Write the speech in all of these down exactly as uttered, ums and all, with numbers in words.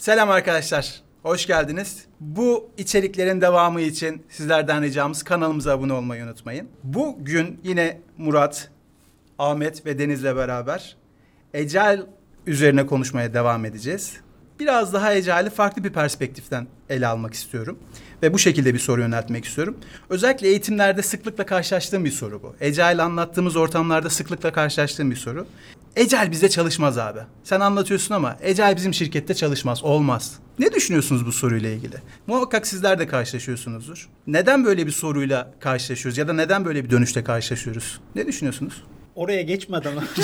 Selam arkadaşlar, hoş geldiniz. Bu içeriklerin devamı için sizlerden ricamız kanalımıza abone olmayı unutmayın. Bugün yine Murat, Ahmet ve Deniz'le beraber Agile üzerine konuşmaya devam edeceğiz. Biraz daha Agile'i farklı bir perspektiften ele almak istiyorum. Ve bu şekilde bir soru yöneltmek istiyorum. Özellikle eğitimlerde sıklıkla karşılaştığım bir soru bu. Agile anlattığımız ortamlarda sıklıkla karşılaştığım bir soru. Agile bizde çalışmaz abi. Sen anlatıyorsun ama Agile bizim şirkette çalışmaz, olmaz. Ne düşünüyorsunuz bu soruyla ilgili? Muhakkak sizler de karşılaşıyorsunuzdur. Neden böyle bir soruyla karşılaşıyoruz ya da neden böyle bir dönüşle karşılaşıyoruz? Ne düşünüyorsunuz? Oraya geçmeden önce...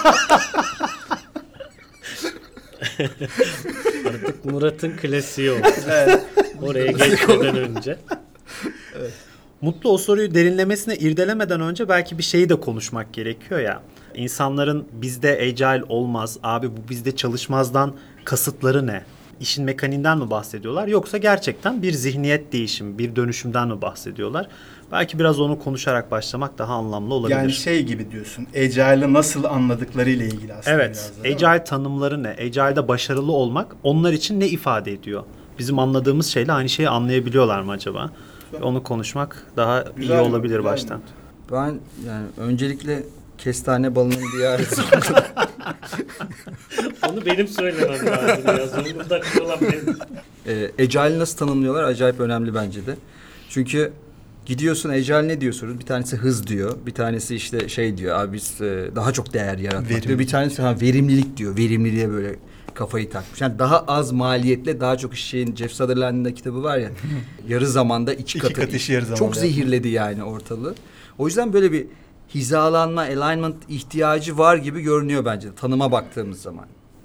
Artık Murat'ın klasiği oldu. Evet. Oraya geçmeden önce. Evet. Mutlu o soruyu derinlemesine irdelemeden önce belki bir şeyi de konuşmak gerekiyor ya. İnsanların bizde Agile olmaz, abi bu bizde çalışmazdan kasıtları ne? İşin mekaniğinden mi bahsediyorlar yoksa gerçekten bir zihniyet değişimi, bir dönüşümden mi bahsediyorlar? Belki biraz onu konuşarak başlamak daha anlamlı olabilir. Yani şey gibi diyorsun, Agile'ı nasıl anladıkları ile ilgili aslında. Evet, biraz da, Agile tanımları ne? Agile'da başarılı olmak onlar için ne ifade ediyor? Bizim anladığımız şeyle aynı şeyi anlayabiliyorlar mı acaba? Güzel. Onu konuşmak daha güzel iyi olabilir mi? baştan. Ben yani öncelikle kestane balının diyarı. Onu benim söylemem lazım ya. Zonguldak'ta olan benim. e, Agile nasıl tanımlıyorlar? Acayip önemli bence de. Çünkü gidiyorsun Agile ne diyorsunuz? Bir tanesi hız diyor. Bir tanesi işte şey diyor. Abi biz e, daha çok değer yaratmak diyor. Bir tanesi ha, verimlilik diyor. Verimliliğe böyle kafayı takmış. Yani daha az maliyetle daha çok işin Jeff Sutherland'ın da kitabı var ya. yarı zamanda iki, iki katı. kat işi yarı zamanda. Çok zehirledi yani ortalığı. O yüzden böyle bir hizalanma, alignment ihtiyacı var gibi görünüyor bence tanıma baktığımız zaman.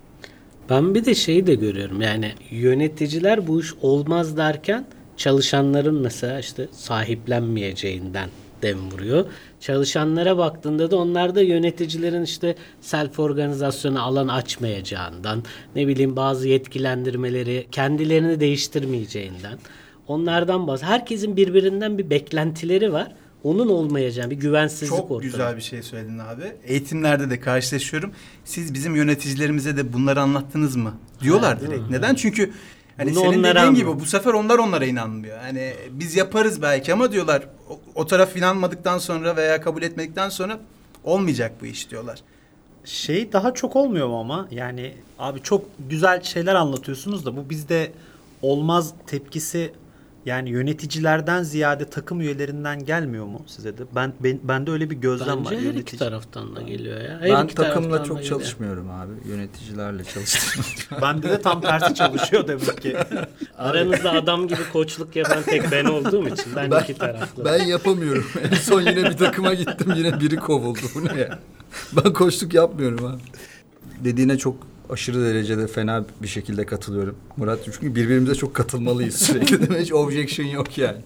Ben bir de şeyi de görüyorum, yani yöneticiler bu iş olmaz derken çalışanların mesela işte sahiplenmeyeceğinden dem vuruyor. Çalışanlara baktığında da onlar da yöneticilerin işte self organizasyona alan açmayacağından, ne bileyim bazı yetkilendirmeleri kendilerini değiştirmeyeceğinden, onlardan bahsediyor. Herkesin birbirinden bir beklentileri var. Onun olmayacağı bir güvensizlik Çok ortamı. güzel bir şey söyledin abi. Eğitimlerde de karşılaşıyorum. Siz bizim yöneticilerimize de bunları anlattınız mı? Diyorlar ha, direkt. Neden? Ha. Çünkü hani bunu senin dediğin anlıyor. gibi bu sefer onlar onlara inanmıyor. Hani biz yaparız belki ama diyorlar o, o taraf inanmadıktan sonra veya kabul etmedikten sonra olmayacak bu iş diyorlar. Şey daha çok olmuyor mu ama? Yani abi çok güzel şeyler anlatıyorsunuz da bu bizde olmaz tepkisi yani yöneticilerden ziyade takım üyelerinden gelmiyor mu size de? Ben ben bende öyle bir gözlem Bence var. Bence her yönetici... iki taraftan da geliyor ya. Her ben iki takımla çok geliyor. çalışmıyorum abi. Yöneticilerle çalışıyorum. Bende de tam tersi çalışıyor demek ki. Aranızda adam gibi koçluk yapan tek ben olduğum için ben, ben iki taraflı. Ben yapamıyorum. En son yine bir takıma gittim. Yine biri kovuldu. Bu ne ya? Ben koçluk yapmıyorum abi. Dediğine çok aşırı derecede fena bir şekilde katılıyorum Murat. Çünkü birbirimize çok katılmalıyız sürekli. Hiç objection yok yani.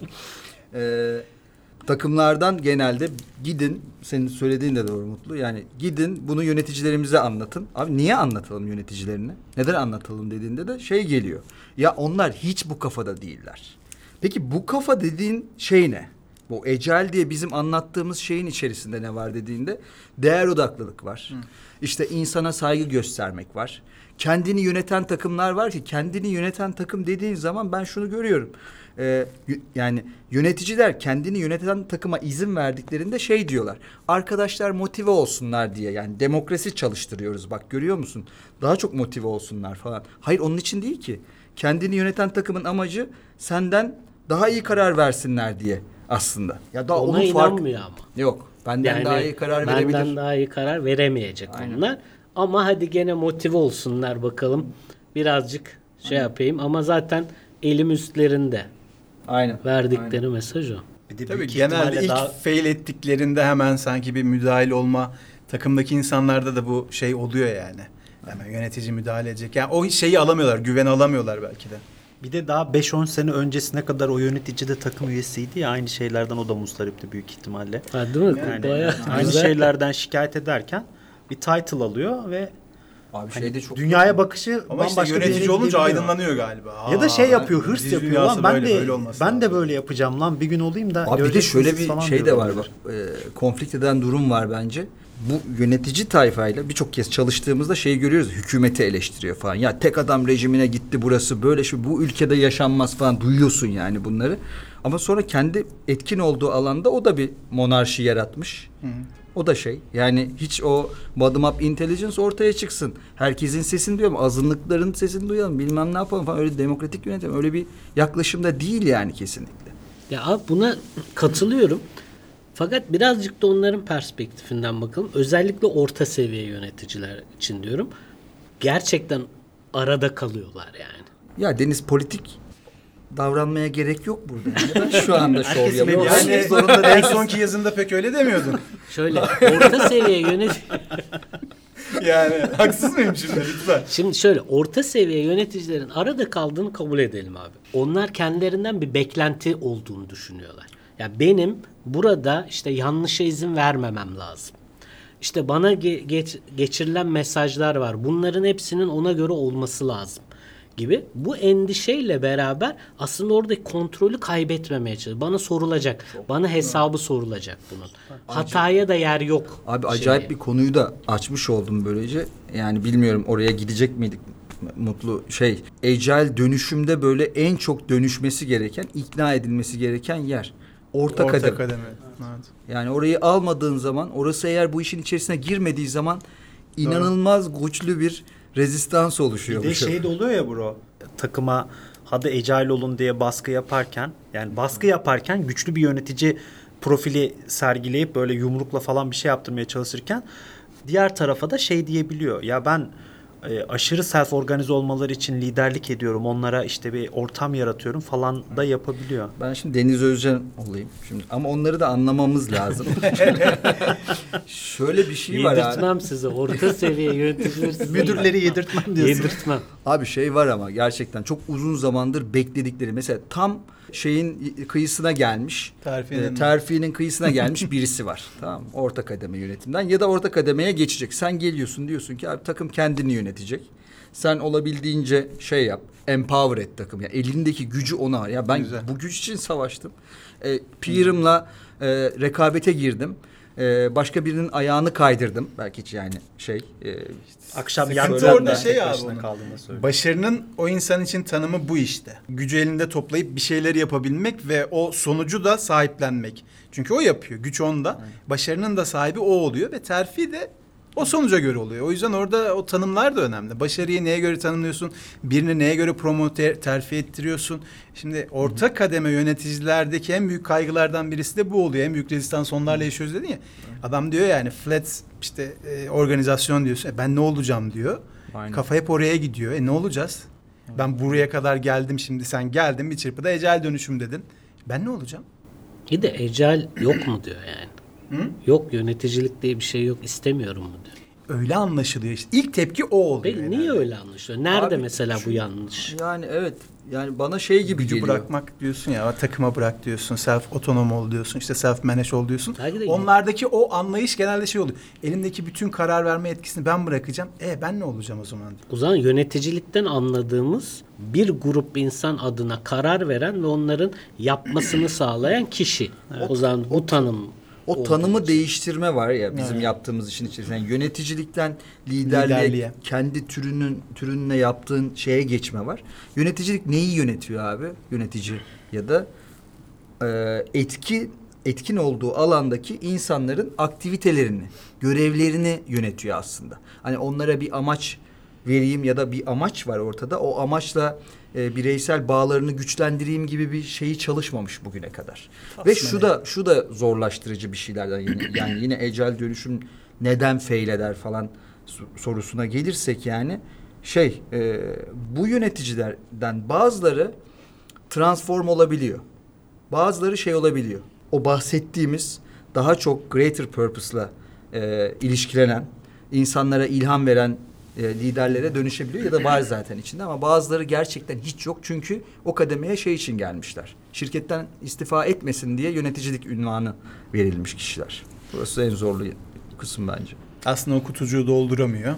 Ee, takımlardan genelde gidin, senin söylediğin de doğru Mutlu. Yani gidin bunu yöneticilerimize anlatın. Abi niye anlatalım yöneticilerine? Neden anlatalım dediğinde de şey geliyor. Ya onlar hiç bu kafada değiller. Peki bu kafa dediğin şey ne? Bu Agile diye bizim anlattığımız şeyin içerisinde ne var dediğinde değer odaklılık var. Hı. İşte insana saygı göstermek var. Kendini yöneten takımlar var ki kendini yöneten takım dediğin zaman ben şunu görüyorum. Ee, yani yöneticiler kendini yöneten takıma izin verdiklerinde şey diyorlar. Arkadaşlar motive olsunlar diye yani demokrasi çalıştırıyoruz bak görüyor musun? Daha çok motive olsunlar falan. Hayır onun için değil ki. Kendini yöneten takımın amacı senden daha iyi karar versinler diye aslında. Ya da ona onun inanmıyor fark... ama. Yok. Benden yani daha iyi karar benden verebilir. Benden daha iyi karar veremeyecek Aynen. onlar. Ama hadi gene motive olsunlar bakalım. Birazcık şey Aynen. yapayım ama zaten elim üstlerinde. Aynen. Verdikleri Aynen. mesaj o. Bir de Tabii genelde ilk daha... fail ettiklerinde hemen sanki bir müdahil olma takımdaki insanlarda da bu şey oluyor yani. Hemen yönetici müdahale edecek. Yani o şeyi alamıyorlar, güven alamıyorlar belki de. Bir de daha beş on sene öncesine kadar o yönetici de takım üyesiydi ya aynı şeylerden o da muzdaripti büyük ihtimalle. Ha, değil mi? Yani, Bayağı aynı güzel. şeylerden şikayet ederken bir title alıyor ve Abi hani şeyde çok dünyaya bakışı ama işte yönetici olunca aydınlanıyor galiba. Aa, ya da şey yapıyor, hırs yapıyor lan ben böyle, de böyle ben de böyle yapacağım lan bir gün olayım da. Abi bir de şöyle bir şey de var bak. E, konflikt eden durum var bence. bu yönetici tayfayla birçok kez çalıştığımızda şeyi görüyoruz. Hükümeti eleştiriyor falan. Ya tek adam rejimine gitti burası böyle şey bu ülkede yaşanmaz falan duyuyorsun yani bunları. Ama sonra kendi etkin olduğu alanda o da bir monarşi yaratmış. Hı. O da şey yani hiç o bottom up intelligence ortaya çıksın. Herkesin sesini duyalım, azınlıkların sesini duyalım, bilmem ne yapalım falan. Öyle demokratik yönetim öyle bir yaklaşımda değil yani kesinlikle. Ya abi buna katılıyorum. Fakat birazcık da onların perspektifinden bakalım. Özellikle orta seviye yöneticiler için diyorum. Gerçekten arada kalıyorlar yani. Ya Deniz politik davranmaya gerek yok burada. Yani. Ben şu anda şov Herkes yapıyorum. yani zorunda en sonki yazında pek öyle demiyordun. Şöyle orta seviye yönetici... Yani haksız mıyım şimdi lütfen? Şimdi şöyle orta seviye yöneticilerin arada kaldığını kabul edelim abi. Onlar kendilerinden bir beklenti olduğunu düşünüyorlar. Ya benim burada işte yanlışa izin vermemem lazım. İşte bana ge- geç- geçirilen mesajlar var. Bunların hepsinin ona göre olması lazım gibi. Bu endişeyle beraber aslında oradaki kontrolü kaybetmemeye çalışıyor. Bana sorulacak. Bana hesabı sorulacak bunun. Hataya da yer yok. Abi acayip Şey. bir konuyu da açmış oldum böylece. Yani bilmiyorum oraya gidecek miydik Mutlu şey. Agile dönüşümde böyle en çok dönüşmesi gereken, ikna edilmesi gereken yer. Orta, Orta kademe. kademe. Evet. Yani orayı almadığın zaman, orası eğer bu işin içerisine girmediği zaman inanılmaz güçlü bir rezistans oluşuyor. Bir de şey de oluyor ya bro. Takıma hadi agile olun diye baskı yaparken yani baskı yaparken güçlü bir yönetici profili sergileyip böyle yumrukla falan bir şey yaptırmaya çalışırken diğer tarafa da şey diyebiliyor. Ya ben e, aşırı self organize olmaları için liderlik ediyorum. Onlara işte bir ortam yaratıyorum falan da yapabiliyor. Ben şimdi Deniz Özcan olayım şimdi ama onları da anlamamız lazım. Şöyle bir şey var abi. Yedirtmem size. Orta seviye yöneticileri size. Müdürleri yedirtmem diyorsun. Yedirtmem. Abi şey var ama gerçekten çok uzun zamandır bekledikleri mesela tam şeyin kıyısına gelmiş. Terfinin. E, terfinin kıyısına gelmiş birisi var. Tamam mı? Orta kademe yönetimden ya da orta kademeye geçecek. Sen geliyorsun diyorsun ki abi takım kendini yönetecek. Sen olabildiğince şey yap. Empower et takım. Yani elindeki gücü ona var. Ya ben Güzel. bu güç için savaştım. E, peer'ımla e, rekabete girdim. E, başka birinin ayağını kaydırdım. Belki hiç yani şey. E, Akşam Sıkıntı yattığında orada şey tek abi başına onun. kaldığında söylüyor. Başarının o insan için tanımı bu işte. Gücü elinde toplayıp bir şeyleri yapabilmek ve o sonucu da sahiplenmek. Çünkü o yapıyor. Güç onda. Evet. Başarının da sahibi o oluyor ve terfi de o sonuca göre oluyor. O yüzden orada o tanımlar da önemli. Başarıyı neye göre tanımlıyorsun? Birini neye göre promote, terfi ettiriyorsun? Şimdi orta Hı-hı. kademe yöneticilerdeki en büyük kaygılardan birisi de bu oluyor. En büyük rezistans onlarla yaşıyoruz dedin ya. Hı-hı. Adam diyor yani flat işte e, organizasyon diyorsun. E, ben ne olacağım diyor. Aynen. Kafa hep oraya gidiyor. E ne olacağız? Hı-hı. Ben buraya kadar geldim şimdi sen geldin bir çırpıda agile dönüşüm dedin. Ben ne olacağım? Bir de agile yok mu diyor yani. Hı? Yok yöneticilik diye bir şey yok istemiyorum mu diyor. Öyle anlaşılıyor işte. İlk tepki o oluyor. Peki yani. niye öyle anlaşılıyor? Nerede Abi, mesela şu, bu yanlış? Yani evet. Yani bana şey gibi Gücü geliyor. bırakmak diyorsun ya, takıma bırak diyorsun, self otonom ol diyorsun, işte self manage ol diyorsun. Belki de onlardaki o anlayış genelde şey oluyor. Elimdeki bütün karar verme etkisini ben bırakacağım. E ben ne olacağım o zaman? Diyor. O zaman yöneticilikten anladığımız bir grup insan adına karar veren ve onların yapmasını sağlayan kişi. Evet. O zaman bu tanım O tanımı değiştirme var ya bizim evet. yaptığımız işin içerisinde. Yani yöneticilikten liderliğe, liderliğe, kendi türünün türünle yaptığın şeye geçme var. Yöneticilik neyi yönetiyor abi? Yönetici ya da e, etki etkin olduğu alandaki insanların aktivitelerini, görevlerini yönetiyor aslında. Hani onlara bir amaç vereyim ya da bir amaç var ortada. O amaçla e, bireysel bağlarını güçlendireyim gibi bir şeyi çalışmamış bugüne kadar. Aslında Ve şu da şu da zorlaştırıcı bir şeylerden yine yani yine agile dönüşüm neden fail eder falan sorusuna gelirsek yani şey e, bu yöneticilerden bazıları transform olabiliyor. Bazıları şey olabiliyor. O bahsettiğimiz daha çok greater purpose'la e, ilişkilenen, insanlara ilham veren e, liderlere dönüşebiliyor ya da var zaten içinde ama bazıları gerçekten hiç yok çünkü o kademeye şey için gelmişler. Şirketten istifa etmesin diye yöneticilik unvanı verilmiş kişiler. Burası en zorlu kısım bence. Aslında o kutucuğu dolduramıyor.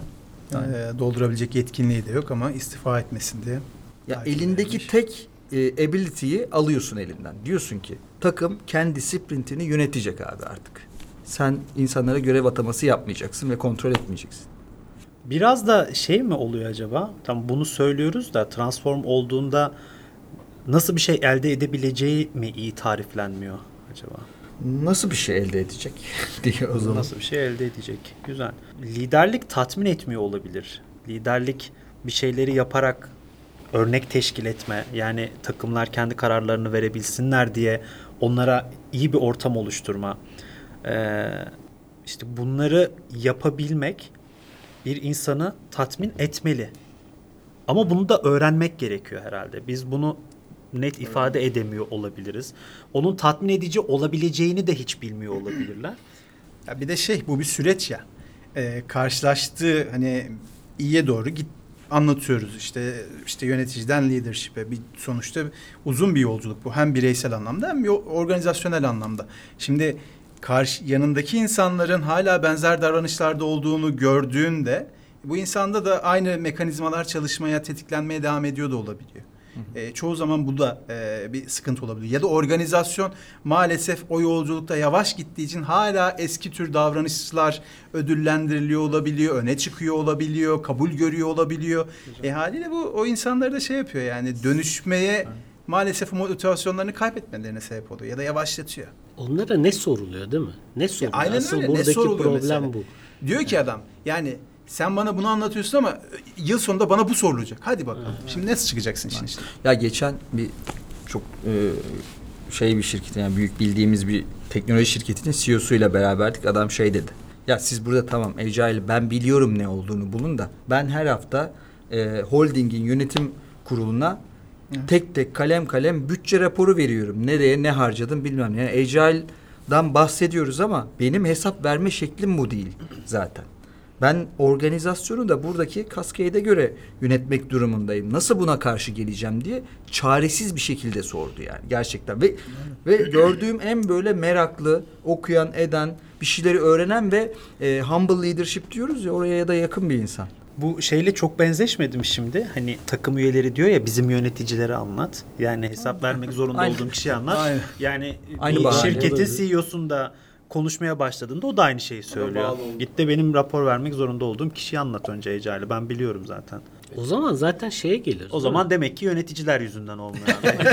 E, doldurabilecek yetkinliği de yok ama istifa etmesin diye. Ya elindeki verilmiş. tek e, ability'yi alıyorsun elinden. Diyorsun ki takım kendi sprintini yönetecek abi artık. Sen insanlara görev ataması yapmayacaksın ve kontrol etmeyeceksin. Biraz da şey mi oluyor acaba? Tam bunu söylüyoruz da transform olduğunda nasıl bir şey elde edebileceği mi iyi tariflenmiyor acaba? Nasıl bir şey elde edecek diye o zaman. Nasıl bir şey elde edecek? Güzel. Liderlik tatmin etmiyor olabilir. Liderlik bir şeyleri yaparak örnek teşkil etme. Yani takımlar kendi kararlarını verebilsinler diye onlara iyi bir ortam oluşturma. Ee, işte bunları yapabilmek bir insanı tatmin etmeli. Ama bunu da öğrenmek gerekiyor herhalde. Biz bunu net ifade edemiyor olabiliriz. Onun tatmin edici olabileceğini de hiç bilmiyor olabilirler. Ya bir de şey, bu bir süreç ya. Ee, karşılaştığı hani iyiye doğru git anlatıyoruz işte işte yöneticiden leadership'e bir sonuçta uzun bir yolculuk bu, hem bireysel anlamda hem organizasyonel anlamda. Şimdi karşı yanındaki insanların hala benzer davranışlarda olduğunu gördüğünde bu insanda da aynı mekanizmalar çalışmaya, tetiklenmeye devam ediyor da olabiliyor. E, çoğu zaman bu da e, bir sıkıntı olabilir. Ya da organizasyon maalesef o yolculukta yavaş gittiği için hala eski tür davranışlar ödüllendiriliyor olabiliyor, öne çıkıyor olabiliyor, kabul görüyor olabiliyor. E, haliyle bu o insanları da şey yapıyor, yani dönüşmeye evet. maalesef motivasyonlarını kaybetmelerine sebep oluyor ya da yavaşlatıyor. Onlara ne soruluyor değil mi? Ne soruluyor? Aynen Asıl öyle. buradaki Ne soruluyor problem mesela? bu. Diyor ki adam, yani sen bana bunu anlatıyorsun ama yıl sonunda bana bu sorulacak. Hadi bakalım. Evet. Şimdi nasıl çıkacaksın işin içinden? Ya geçen bir çok e, şey bir şirketin, yani büyük bildiğimiz bir teknoloji şirketinin C E O'suyla beraberdik. Adam şey dedi. Ya siz burada tamam Agile, ben biliyorum ne olduğunu bulun da ben her hafta e, holdingin yönetim kuruluna evet. tek tek kalem kalem bütçe raporu veriyorum. Nereye ne harcadım bilmem. Yani Agile'dan bahsediyoruz ama benim hesap verme şeklim bu değil zaten. Ben organizasyonu da buradaki kaskade'e göre yönetmek durumundayım. Nasıl buna karşı geleceğim diye çaresiz bir şekilde sordu yani gerçekten. Ve ve gördüğüm en böyle meraklı, okuyan, eden, bir şeyleri öğrenen ve e, humble leadership diyoruz ya, oraya ya da yakın bir insan. Bu şeyle çok benzeşmedi mi şimdi? Hani takım üyeleri diyor ya, bizim yöneticileri anlat. Yani hesap vermek zorunda Aynen. olduğum kişiyi anlat. Aynen. Yani Aynı bir bahane. şirketin C E O'sunda konuşmaya başladığında o da aynı şeyi söylüyor. Git de benim rapor vermek zorunda olduğum kişiyi anlat önce Agile'ı. Ben biliyorum zaten. O zaman zaten şeye gelir. O zaman mi? Demek ki yöneticiler yüzünden olmuyor.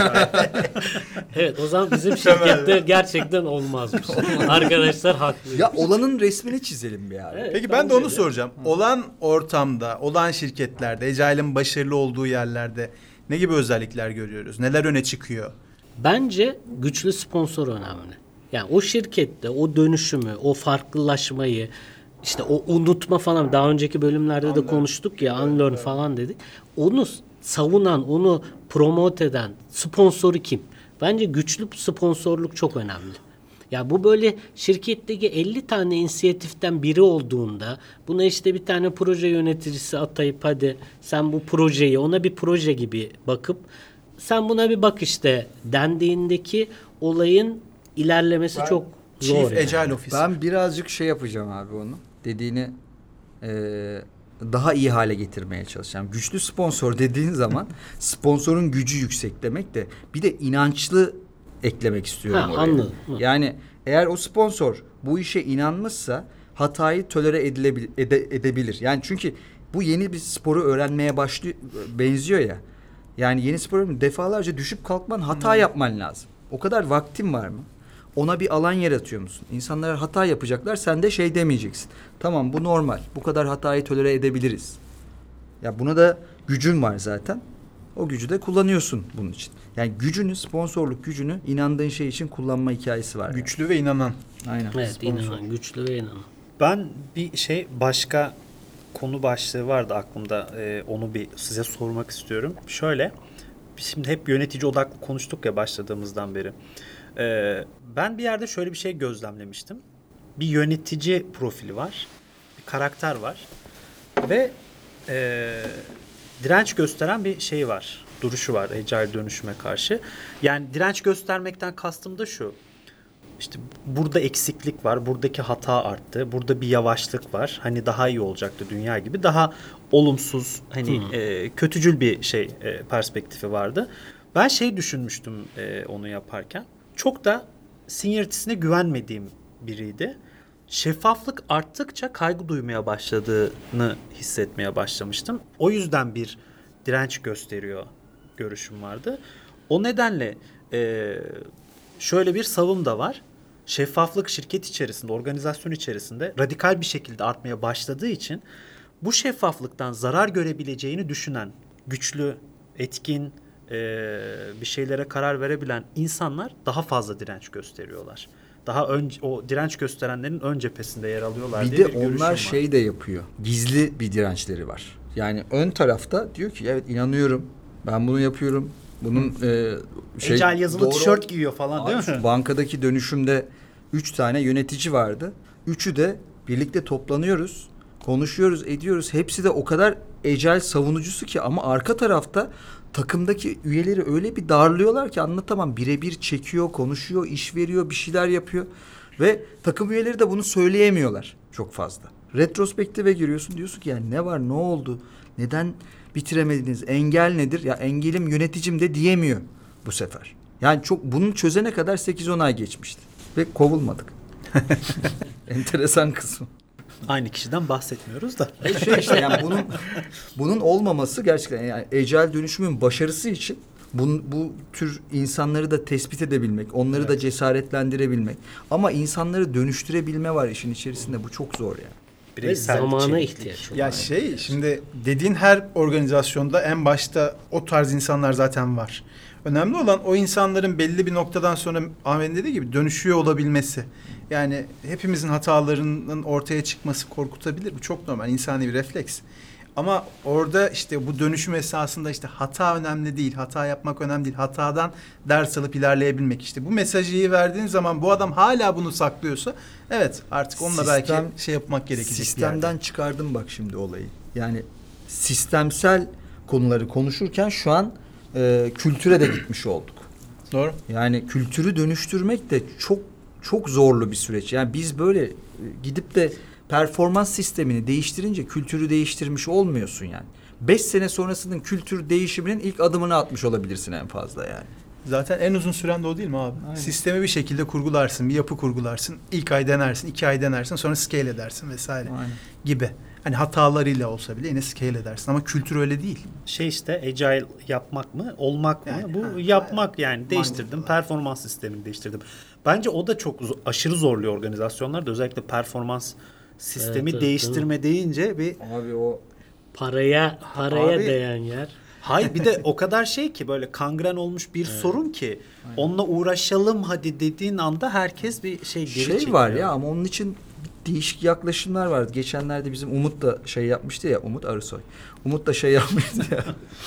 Evet, o zaman bizim şirkette gerçekten olmazmış. Arkadaşlar haklı. Ya olanın resmini çizelim bir abi. Evet, peki ben de onu soracağım. Hı. Olan ortamda, olan şirketlerde, Agile'ın başarılı olduğu yerlerde ne gibi özellikler görüyoruz? Neler öne çıkıyor? Bence güçlü sponsor önemli. Yani o şirkette o dönüşümü, o farklılaşmayı, işte o unutma falan, daha önceki bölümlerde Unlearn. de konuştuk ya, Unlearn evet, falan dedik. Onu savunan, onu promote eden sponsoru kim? Bence güçlü sponsorluk çok önemli. Ya bu böyle şirketteki elli tane inisiyatiften biri olduğunda buna işte bir tane proje yöneticisi atayıp hadi sen bu projeyi, ona bir proje gibi bakıp sen buna bir bak işte dendiğindeki olayın ilerlemesi ben, çok zor. Chief yani. Agile Officer. Ben birazcık şey yapacağım abi onu. Dediğini e, daha iyi hale getirmeye çalışacağım. Güçlü sponsor dediğin zaman sponsorun gücü yüksek demek de bir de inançlı eklemek istiyorum ha, oraya. Anladım. Yani eğer o sponsor bu işe inanmışsa hatayı tolere edilebil, ede, edebilir. Yani çünkü bu yeni bir sporu öğrenmeye başlıyor, benziyor ya. Yani yeni sporu defalarca düşüp kalkman, hata hmm. yapman lazım. O kadar vaktin var mı? Ona bir alan yaratıyor musun? İnsanlar hata yapacaklar, sen de şey demeyeceksin. Tamam, bu normal. Bu kadar hatayı tolere edebiliriz. Ya buna da gücün var zaten. O gücü de kullanıyorsun bunun için. Yani gücünü, sponsorluk gücünü inandığın şey için kullanma hikayesi var. Güçlü yani. Ve inanan. Aynen. Evet, sponsor. inanan, güçlü ve inanan. Ben bir şey, başka konu başlığı vardı aklımda. Ee, onu bir size sormak istiyorum. Şöyle, şimdi hep yönetici odaklı konuştuk ya başladığımızdan beri. Ee, ben bir yerde şöyle bir şey gözlemlemiştim. Bir yönetici profili var. Bir karakter var. Ve e, direnç gösteren bir şey var. Duruşu var Agile dönüşüme karşı. Yani direnç göstermekten kastım da şu. İşte burada eksiklik var. Buradaki hata arttı. Burada bir yavaşlık var. Hani daha iyi olacaktı dünya gibi. Daha olumsuz, hani hmm. e, kötücül bir şey e, perspektifi vardı. Ben şey düşünmüştüm e, onu yaparken. Çok da seniority'sine güvenmediğim biriydi. şeffaflık arttıkça kaygı duymaya başladığını hissetmeye başlamıştım. O yüzden bir direnç gösteriyor görüşüm vardı. O nedenle e, şöyle bir savım da var. Şeffaflık şirket içerisinde, organizasyon içerisinde radikal bir şekilde artmaya başladığı için bu şeffaflıktan zarar görebileceğini düşünen, güçlü, etkin, e, bir şeylere karar verebilen insanlar daha fazla direnç gösteriyorlar. Daha önce o direnç gösterenlerin ön cephesinde yer alıyorlar Bir diye de bir görüşüm onlar var. şey de yapıyor. Gizli bir dirençleri var. Yani ön tarafta diyor ki evet inanıyorum. Ben bunu yapıyorum. Bunun e, şey Agile yazılı doğru- tişört giyiyor falan değil Abi, mi? Bankadaki dönüşümde üç tane yönetici vardı. Üçü de birlikte toplanıyoruz. Konuşuyoruz, ediyoruz. Hepsi de o kadar Agile savunucusu ki ama arka tarafta takımdaki üyeleri öyle bir darlıyorlar ki anlatamam. Birebir çekiyor, konuşuyor, iş veriyor, bir şeyler yapıyor. Ve takım üyeleri de bunu söyleyemiyorlar çok fazla. Retrospektive giriyorsun, diyorsun ki yani ne var, ne oldu, neden bitiremediniz, engel nedir? Ya engelim yöneticim de diyemiyor bu sefer. Yani çok bunun çözene kadar sekiz on ay geçmişti ve kovulmadık. Enteresan kısmı. Aynı kişiden bahsetmiyoruz da. Şey işte yani bunun bunun olmaması gerçekten yani Agile dönüşümün başarısı için bu, bu tür insanları da tespit edebilmek, onları da cesaretlendirebilmek. Ama insanları dönüştürebilme var işin içerisinde. Bu çok zor yani. Ve Bireysel zamana çeviklik. ihtiyaç var. Ya şey şimdi dediğin her organizasyonda en başta o tarz insanlar zaten var. Önemli olan o insanların belli bir noktadan sonra Ahmet'in dediği gibi dönüşüyor olabilmesi. Yani hepimizin hatalarının ortaya çıkması korkutabilir. Bu çok normal, insani bir refleks. Ama orada işte bu dönüşüm esasında işte hata önemli değil, hata yapmak önemli değil. Hatadan ders alıp ilerleyebilmek işte. Bu mesajı iyi verdiğin zaman bu adam hala bunu saklıyorsa evet artık onunla Sistem- belki şey yapmak gerekecek bir Sistemden yerde. çıkardım bak şimdi olayı. Yani sistemsel konuları konuşurken şu an e, kültüre de gitmiş olduk. Doğru. Yani kültürü dönüştürmek de çok çok zorlu bir süreç. Yani biz böyle e, gidip de performans sistemini değiştirince kültürü değiştirmiş olmuyorsun yani. Beş sene sonrasının kültür değişiminin ilk adımını atmış olabilirsin en fazla yani. Zaten en uzun süren de o değil mi abi? Aynen. Sistemi bir şekilde kurgularsın, bir yapı kurgularsın. İlk ay denersin, iki ay denersin, sonra scale edersin vesaire Aynen. gibi. Hani hatalarıyla olsa bile yine scale edersin ama kültür öyle değil. Şey işte agile yapmak mı, olmak mı? Yani, Bu ha, yapmak yani değiştirdim, Mindful. performans sistemini değiştirdim. Bence o da çok zo- aşırı zorluyor organizasyonlarda. Özellikle performans sistemi Evet, evet, değiştirme deyince bir Abi o Paraya paraya Abi- değen yer. hayır bir de o kadar şey ki böyle kangren olmuş bir sorun ki onunla uğraşalım hadi dediğin anda herkes bir şey geri şey çekiliyor. var ya ama onun için değişik yaklaşımlar vardı. Geçenlerde bizim Umut da şey yapmıştı ya, Umut Arısoy. Umut da şey yapmıştı ya.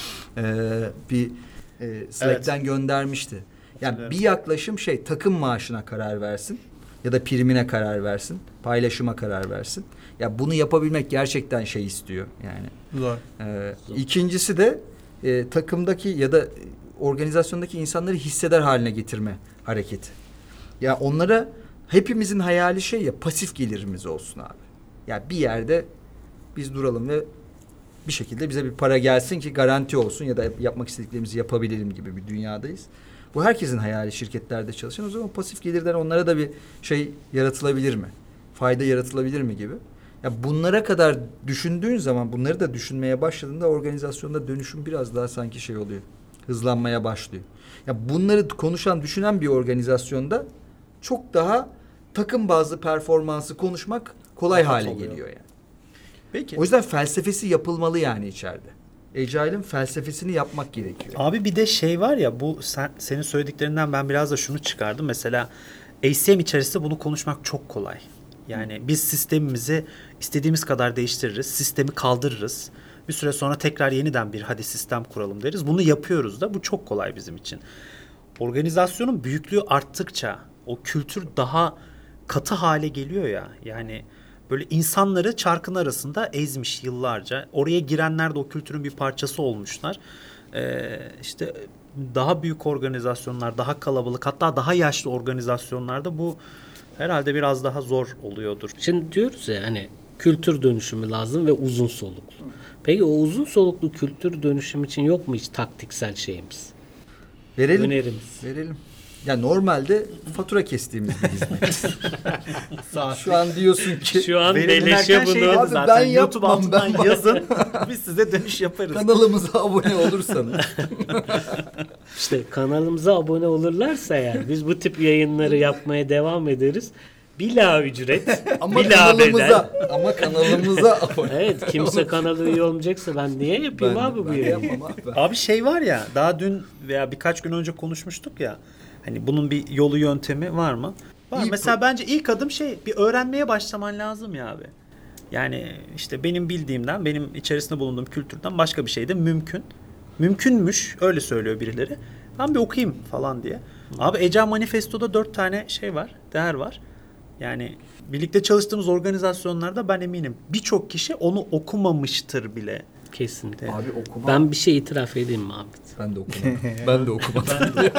Ee, bir e, Slack'ten göndermişti. Yani Hatırlıyorum. bir yaklaşım şey takım maaşına karar versin ya da primine karar versin, paylaşıma karar versin. Ya bunu yapabilmek gerçekten şey istiyor yani. Zor. Ee, ikincisi de e, takımdaki ya da organizasyondaki insanları hisseder haline getirme hareketi. Ya onlara hepimizin hayali şey ya pasif gelirimiz olsun abi. Ya bir yerde biz duralım ve bir şekilde bize bir para gelsin ki garanti olsun ya da yapmak istediklerimizi yapabilelim gibi bir dünyadayız. Bu herkesin hayali şirketlerde çalışan. O zaman pasif gelirden onlara da bir şey yaratılabilir mi? Fayda yaratılabilir mi gibi. Ya bunlara kadar düşündüğün zaman bunları da düşünmeye başladığında organizasyonda dönüşüm biraz daha sanki şey oluyor. Hızlanmaya başlıyor. Ya bunları konuşan, düşünen bir organizasyonda çok daha takım bazlı performansı konuşmak kolay Rahat hale oluyor. geliyor yani. Peki. O yüzden felsefesi yapılmalı yani içeride. Agile'ın felsefesini yapmak gerekiyor. Abi bir de şey var ya bu sen, senin söylediklerinden ben biraz da şunu çıkardım. Mesela A C M içerisinde bunu konuşmak çok kolay. Yani biz sistemimizi istediğimiz kadar değiştiririz. Sistemi kaldırırız. Bir süre sonra tekrar yeniden bir hadi sistem kuralım deriz. Bunu yapıyoruz da bu çok kolay bizim için. Organizasyonun büyüklüğü arttıkça o kültür daha katı hale geliyor ya. Yani böyle insanları çarkın arasında ezmiş yıllarca. Oraya girenler de o kültürün bir parçası olmuşlar. Ee, işte daha büyük organizasyonlar, daha kalabalık, hatta daha yaşlı organizasyonlarda bu herhalde biraz daha zor oluyordur. Şimdi diyoruz ya hani kültür dönüşümü lazım ve uzun soluklu. Peki o uzun soluklu kültür dönüşümü için yok mu hiç taktiksel şeyimiz? Verelim. Önerimiz. Verelim. Ya normalde fatura kestiğimiz bir hizmet. Saat. Şu an diyorsun ki Şu an Verelim beleşe derken bunu. şey Abi zaten ben YouTube yapmam, altından ben- yazın. Biz size dönüş yaparız. kanalımıza abone olursanız. İşte kanalımıza abone olurlarsa eğer biz bu tip yayınları yapmaya devam ederiz. Bila ücret, Ama bila bedel. kanalımıza, ama kanalımıza abone. Evet, kimse kanalı üye olmayacaksa ben niye yapayım Ben- abi bu ben yayını? yapmam abi. Abi şey var ya, daha dün veya birkaç gün önce konuşmuştuk ya. Hani bunun bir yolu yöntemi var mı? Var. İlk- Mesela bence ilk adım şey, bir öğrenmeye başlaman lazım ya abi. Yani işte benim bildiğimden, benim içerisinde bulunduğum kültürden başka bir şey de mümkün. Mümkünmüş, öyle söylüyor birileri. Ben bir okuyayım falan diye. Abi Ecel Manifesto'da dört tane şey var, değer var. Yani birlikte çalıştığımız organizasyonlarda ben eminim birçok kişi onu okumamıştır bile. Kesinlikle. Abi okuma. Ben bir şey itiraf edeyim mi abi? Ben de okumadım. ben de okumadım.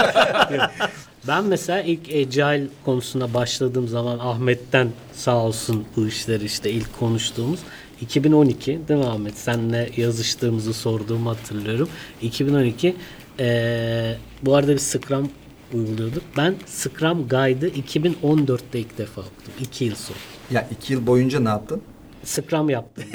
Ben mesela ilk Agile konusuna başladığım zaman Ahmet'ten sağ olsun bu işleri işte ilk konuştuğumuz iki bin on iki değil mi Ahmet? Seninle yazıştığımızı sorduğumu hatırlıyorum. iki bin on iki ee, bu arada bir Scrum uyguluyorduk. Ben Scrum Guide'ı iki bin on dörtte ilk defa okudum. iki yıl sonra. Ya iki yıl boyunca ne yaptın? Scrum yaptım.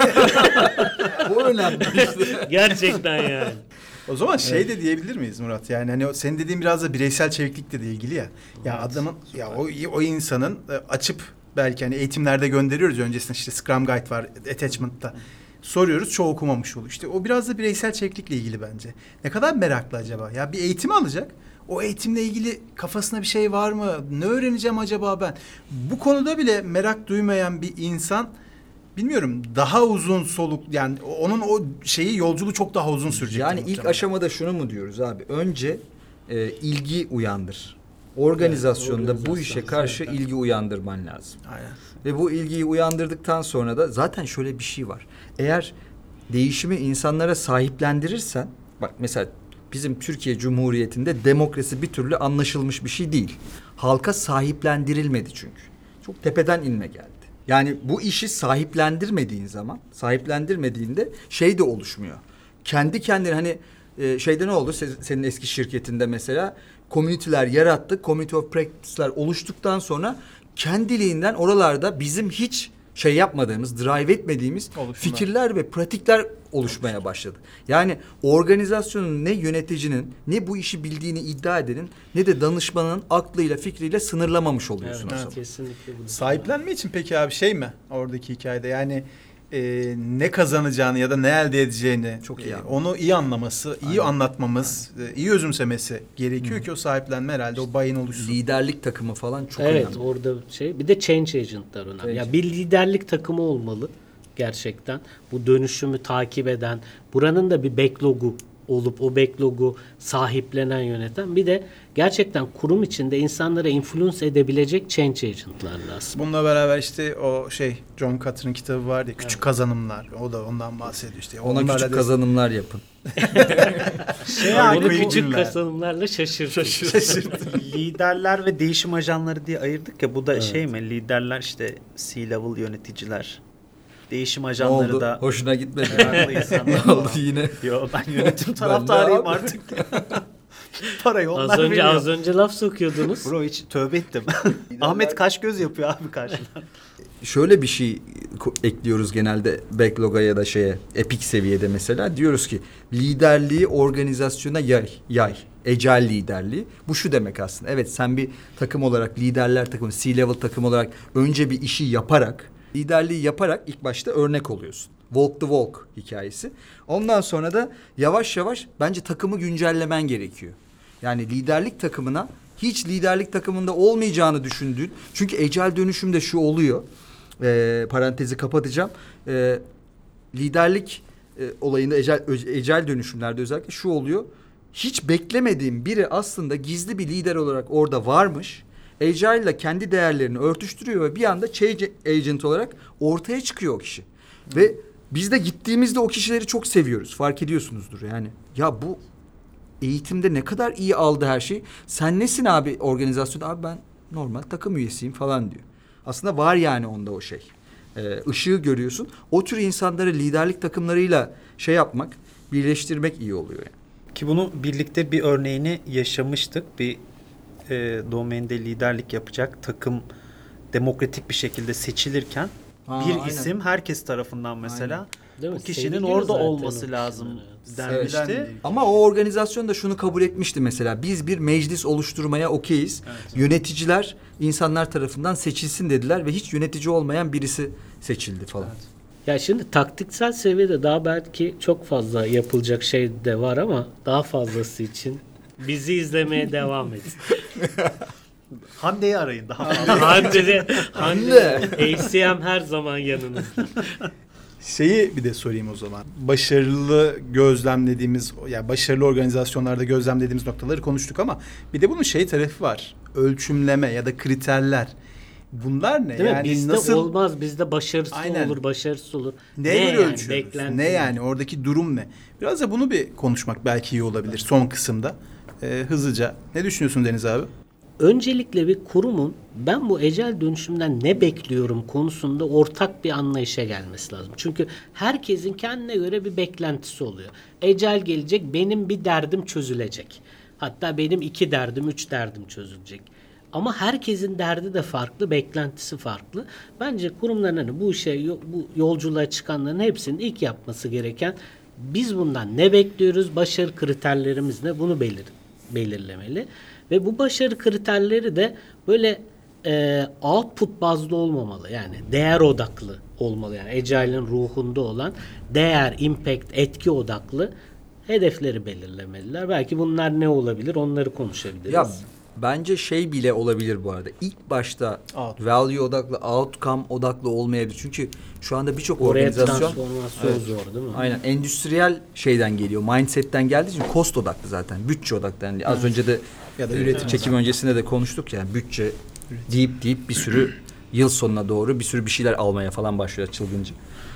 Bu önemli işte. Gerçekten yani. O zaman şey de diyebilir miyiz Murat? Yani hani o senin dediğin biraz da bireysel çeviklikle de ilgili ya. Ya adamın ya o o insanın e, açıp belki hani eğitimlerde gönderiyoruz öncesinde işte Scrum Guide var attachment'ta. Soruyoruz çoğu okumamış oluyor. İşte o biraz da bireysel çeviklikle ilgili bence. Ne kadar meraklı acaba? Ya bir eğitim alacak. O eğitimle ilgili kafasında bir şey var mı? Ne öğreneceğim acaba ben? Bu konuda bile merak duymayan bir insan bilmiyorum daha uzun soluk yani onun o şeyi yolculuğu çok daha uzun sürecek. Yani ilk aşamada şunu mu diyoruz abi? Önce e, ilgi uyandır. Organizasyonda Evet, bu işe karşı ilgi uyandırman lazım. Aynen. Ve bu ilgiyi uyandırdıktan sonra da zaten şöyle bir şey var. Eğer değişimi insanlara sahiplendirirsen, bak mesela bizim Türkiye Cumhuriyeti'nde demokrasi bir türlü anlaşılmış bir şey değil. Halka sahiplendirilmedi çünkü. Çok tepeden inme geldi. Yani bu işi sahiplendirmediğin zaman, sahiplendirmediğinde şey de oluşmuyor. Kendi kendine hani e, şeyde ne oldu? Se- senin eski şirketinde mesela komüniteler yarattık. Community of Practice'ler oluştuktan sonra kendiliğinden oralarda bizim hiç şey yapmadığımız, drive etmediğimiz Oluşumlar. fikirler ve pratikler oluşmaya başladı. Yani organizasyonun ne yöneticinin ne bu işi bildiğini iddia edenin ne de danışmanın aklıyla fikriyle sınırlamamış oluyorsun Evet, o zaman. kesinlikle bu. Sahiplenme için peki abi şey mi oradaki hikayede yani e, ne kazanacağını ya da ne elde edeceğini Çok iyi e, anlamak. onu iyi anlaması, iyi Aynen. anlatmamız, e, iyi özümsemesi gerekiyor ki o sahiplenme herhalde o bayın oluşsun. Liderlik takımı falan çok Evet, önemli. orada şey bir de change agent'lar önemli. Change. Ya bir liderlik takımı olmalı gerçekten. Bu dönüşümü takip eden, buranın da bir backlogu olup o backlogu sahiplenen, yöneten, bir de gerçekten kurum içinde insanlara influence edebilecek change agent'lar lazım. Bununla beraber işte o şey John Cutter'ın kitabı vardı ya, küçük Evet. kazanımlar. O da ondan bahsediyor işte. Ona Onlarla küçük da- kazanımlar yapın. Şey Bunu abi, küçük bilgiler. kazanımlarla şaşırtın. liderler ve değişim ajanları diye ayırdık ya, bu da Evet. şey mi? Liderler işte C-level yöneticiler. Değişim Ne ajanları oldu? da Hoşuna gitmedi. farklı insanlar. Ne oldu yine? Yo, ben yönetim Ben de taraftarıyım abi. artık. Parayı onlar Az önce veriyor. az önce laf sokuyordunuz. Bro hiç tövbe ettim. Ahmet kaş göz yapıyor abi karşıdan. Şöyle bir şey ko- ekliyoruz genelde backlog'a ya da şeye epik seviyede mesela. Diyoruz ki liderliği organizasyona yay. yay. Agile liderliği. Bu şu demek aslında. Evet, sen bir takım olarak, liderler takımı, C-level takım olarak önce bir işi yaparak, liderliği yaparak ilk başta örnek oluyorsun. Walk the walk hikayesi. Ondan sonra da yavaş yavaş bence takımı güncellemen gerekiyor. Yani liderlik takımına hiç liderlik takımında olmayacağını düşündüğün, çünkü Agile dönüşümde şu oluyor. Ee, parantezi kapatacağım. Ee, liderlik e, olayında Agile, Agile dönüşümlerde özellikle şu oluyor. Hiç beklemediğim biri aslında gizli bir lider olarak orada varmış. Agile ile kendi değerlerini örtüştürüyor ve bir anda change agent olarak ortaya çıkıyor o kişi. Hmm. Ve biz de gittiğimizde o kişileri çok seviyoruz. Fark ediyorsunuzdur yani. Ya bu eğitimde ne kadar iyi aldı her şeyi. Sen nesin abi organizasyonda? Abi ben normal takım üyesiyim falan diyor. Aslında var yani onda o şey. Ee, ışığı görüyorsun. O tür insanları liderlik takımlarıyla şey yapmak, birleştirmek iyi oluyor yani. Ki bunu birlikte bir örneğini yaşamıştık. Bir e, domainde liderlik yapacak takım demokratik bir şekilde seçilirken Ha, bir aynen. isim herkes tarafından mesela Değil bu mi? kişinin Seviliyor orada zaten olması o lazım kişiler, denmişti. Evet. Ama o organizasyon da şunu kabul etmişti mesela. Biz bir meclis oluşturmaya okeyiz. Yöneticiler insanlar tarafından seçilsin dediler ve hiç yönetici olmayan birisi seçildi falan. Ya şimdi taktiksel seviyede daha belki çok fazla yapılacak şey de var ama daha fazlası için bizi izlemeye devam edin. Hande'yi arayın daha fazla. Hande de Hande A C M her zaman yanınızda. Şeyi bir de sorayım o zaman. Başarılı gözlemlediğimiz, ya başarılı organizasyonlarda gözlemlediğimiz noktaları konuştuk ama bir de bunun şey tarafı var. Ölçümleme ya da kriterler. Bunlar ne? Değil yani mi? Bizde nasıl olmaz, bizde başarısız Aynen. olur, başarısız olur. neye ne göre yani, ölçüyoruz? beklenti Ne yani? Oradaki durum ne? Biraz da bunu bir konuşmak belki iyi olabilir son kısımda. Ee, hızlıca. Ne düşünüyorsun Deniz abi? Öncelikle bir kurumun ben bu ecel dönüşümden ne bekliyorum konusunda ortak bir anlayışa gelmesi lazım. Çünkü herkesin kendine göre bir beklentisi oluyor. Ecel gelecek, benim bir derdim çözülecek. Hatta benim iki derdim, üç derdim çözülecek. Ama herkesin derdi de farklı, beklentisi farklı. Bence kurumların hani bu işe, bu yolculuğa çıkanların hepsinin ilk yapması gereken biz bundan ne bekliyoruz, başarı kriterlerimiz ne bunu belir, belirlemeli. Ve bu başarı kriterleri de böyle e, output bazlı olmamalı. Yani değer odaklı olmalı. Yani Agile'in ruhunda olan değer, impact, etki odaklı hedefleri belirlemeliler. Belki bunlar ne olabilir onları konuşabiliriz. Ya bence şey bile olabilir bu arada. İlk başta Out. value odaklı, outcome odaklı olmayabilir. Çünkü şu anda birçok Oraya organizasyon transformasyon Evet. zor değil mi? Aynen endüstriyel şeyden geliyor. Mindset'ten geldiği için cost odaklı zaten. Bütçe odaklı. Yani az önce de Ya da e, üretim çekim öncesinde de konuştuk yani bütçe deyip deyip bir sürü yıl sonuna doğru bir sürü bir şeyler almaya falan başlıyor çılgınca.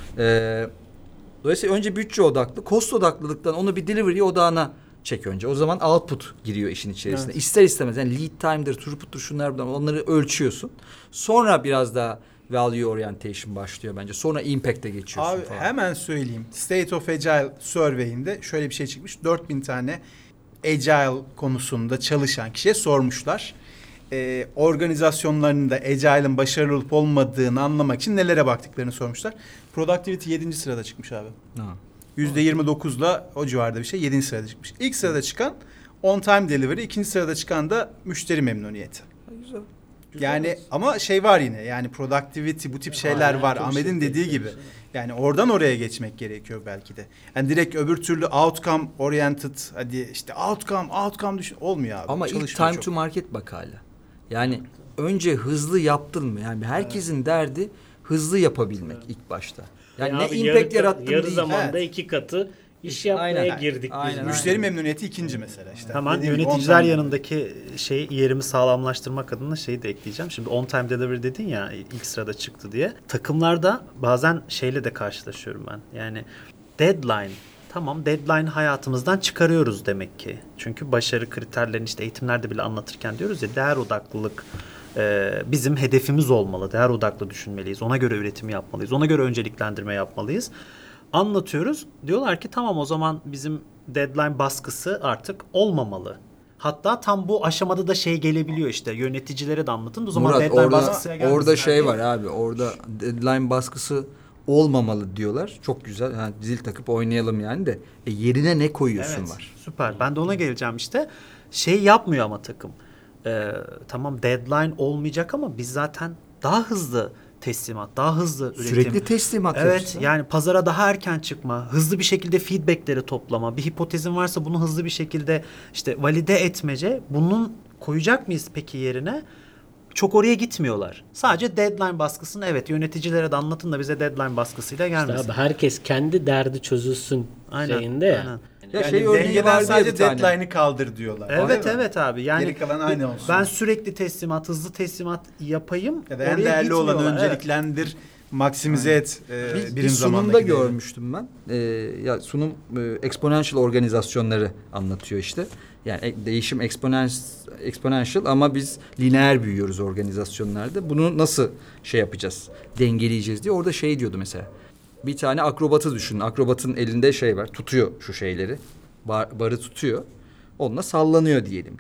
Ee, dolayısıyla önce bütçe odaklı, cost odaklılıktan onu bir delivery odağına çek önce. O zaman output giriyor işin içerisine. Evet. İster istemez yani lead time'dır, throughput'tur şunlar bunlar onları ölçüyorsun. Sonra biraz daha value orientation başlıyor bence. Sonra impact'e geçiyorsun Abi falan. hemen söyleyeyim. State of Agile Survey'inde şöyle bir şey çıkmış. dört bin tane Agile konusunda çalışan kişiye sormuşlar. Ee, organizasyonlarında Agile'ın başarılı olup olmadığını anlamak için nelere baktıklarını sormuşlar. Productivity yedinci sırada çıkmış abi. Ha. yüzde yirmi dokuzla o civarda bir şey yedinci sırada çıkmış. İlk sırada çıkan on time delivery, ikinci sırada çıkan da müşteri memnuniyeti. Güzel. Yani ama şey var yine yani productivity bu tip şeyler Aynen, var. çok Ahmet'in şey dediği gibi. bekliyoruz. Yani oradan oraya geçmek gerekiyor belki de. Yani direkt öbür türlü outcome oriented hadi işte outcome outcome düşün olmuyor abi. Ama ilk Çalışmıyor time çok. to market bak hala. Yani önce hızlı yaptın mı? Yani herkesin derdi hızlı yapabilmek ilk başta. Yani Ya ne abi impact yarı, yarattın yarı değil. zamanda Evet. iki katı iş yapmaya Aynen. girdik Aynen, biz. Müşteri memnuniyeti ikinci mesela işte. Hemen Dediğim gibi yöneticiler on time yanındaki şey yerimi sağlamlaştırmak adına şeyi de ekleyeceğim. Şimdi on time delivery dedin ya ilk sırada çıktı diye. Takımlarda bazen şeyle de karşılaşıyorum ben. Yani deadline. Tamam deadline hayatımızdan çıkarıyoruz demek ki. Çünkü başarı kriterlerini işte eğitimlerde bile anlatırken diyoruz ya değer odaklılık e, bizim hedefimiz olmalı. Değer odaklı düşünmeliyiz. Ona göre üretim yapmalıyız. Ona göre önceliklendirme yapmalıyız. Anlatıyoruz. Diyorlar ki tamam o zaman bizim deadline baskısı artık olmamalı. Hatta tam bu aşamada da şey gelebiliyor işte yöneticilere de anlatın. O zaman Murat deadline orada, baskısına gelmesinler orada şey diye. var abi. Orada deadline baskısı olmamalı diyorlar. Çok güzel. Yani zil takıp oynayalım yani de. E, yerine ne koyuyorsun Evet, var. süper. Ben de ona geleceğim işte. Şey yapmıyor ama takım. Ee, tamam deadline olmayacak ama biz zaten daha hızlı teslimat, daha hızlı üretim. Sürekli teslimat Evet yapıyorsun. yani pazara daha erken çıkma, hızlı bir şekilde feedbackleri toplama, bir hipotezin varsa bunu hızlı bir şekilde işte valide etmece. Bunun koyacak mıyız peki yerine? Çok oraya gitmiyorlar. Sadece deadline baskısını evet yöneticilere de anlatın da bize deadline baskısıyla İşte gelmesin. abi herkes kendi derdi çözülsün Aynen, şeyinde ya. aynen. Ya Yani şey örneği dengeden vardı ya sadece bir tane. deadline'ı kaldır diyorlar. Evet Değil mi? evet abi yani Geri kalan aynı olsun. ben sürekli teslimat hızlı teslimat yapayım Ya da en oraya değerli olanı gitmiyorlar, evet. önceliklendir, maksimize et e, Bir, bir birim sunumda zamanda gidelim. görmüştüm ben. Ee, ya sunum e, exponential organizasyonları anlatıyor işte. Yani e, değişim exponential, exponential ama biz lineer büyüyoruz organizasyonlarda. Bunu nasıl şey yapacağız, dengeleyeceğiz diye. Orada şey diyordu mesela. Bir tane akrobatı düşünün. Akrobatın elinde şey var, tutuyor şu şeyleri. Bar, barı tutuyor. Onunla sallanıyor diyelim ki.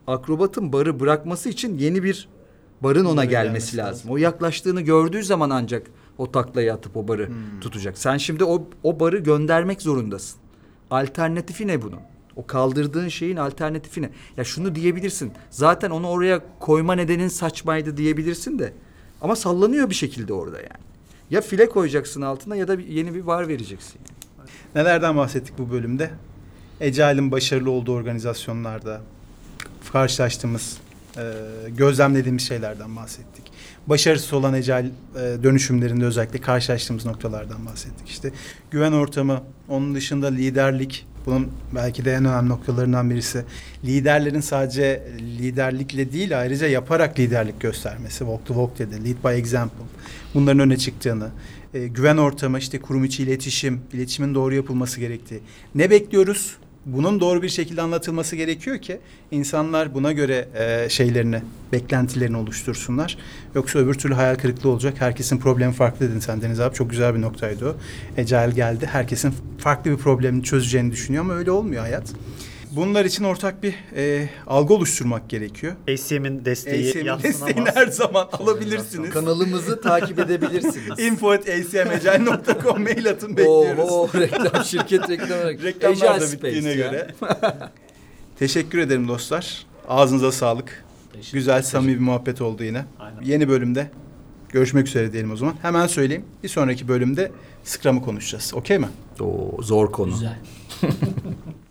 akrobatın barı bırakması için yeni bir barın ona Barı gelmesi, gelmesi lazım. lazım. O yaklaştığını gördüğü zaman ancak o taklayı atıp o barı Hmm. tutacak. Sen şimdi o, o barı göndermek zorundasın. Alternatifi ne bunun? O kaldırdığın şeyin alternatifi ne? Ya şunu diyebilirsin. Zaten onu oraya koyma nedenin saçmaydı diyebilirsin de. Ama sallanıyor bir şekilde orada yani. Ya file koyacaksın altına ya da bir- yeni bir bar vereceksin. Nelerden bahsettik bu bölümde? Agile'in başarılı olduğu organizasyonlarda karşılaştığımız, e, gözlemlediğimiz şeylerden bahsettik. Başarısız olan Agile e, dönüşümlerinde özellikle karşılaştığımız noktalardan bahsettik. İşte güven ortamı, onun dışında liderlik, bunun belki de en önemli noktalarından birisi. Liderlerin sadece liderlikle değil, ayrıca yaparak liderlik göstermesi. Walk the walk dedi, lead by example. Bunların öne çıktığını, e, güven ortamı, işte kurum içi iletişim, iletişimin doğru yapılması gerektiği. Ne bekliyoruz? Bunun doğru bir şekilde anlatılması gerekiyor ki insanlar buna göre e, şeylerini, beklentilerini oluştursunlar. Yoksa öbür türlü hayal kırıklığı olacak. Herkesin problemi farklı dedin sen Deniz abi. Çok güzel bir noktaydı o. Agile geldi. Herkesin farklı bir problemini çözeceğini düşünüyor ama öyle olmuyor hayat. Bunlar için ortak bir e, algı oluşturmak gerekiyor. A C M'in desteği A C M'in yatsınamaz. desteğini her zaman alabilirsiniz. Kanalımızı takip edebilirsiniz. info at a c m agile nokta com mail atın, bekliyoruz. Oo, reklam şirket reklamı. Reklamlar Agile da Space bittiğine ya. göre. Teşekkür ederim dostlar. Ağzınıza sağlık. Teşekkür Güzel, samimi bir muhabbet oldu yine. Aynen. Yeni bölümde görüşmek üzere diyelim o zaman. Hemen söyleyeyim. Bir sonraki bölümde Scrum'ı konuşacağız. Okey mi? Oo, zor konu. Güzel.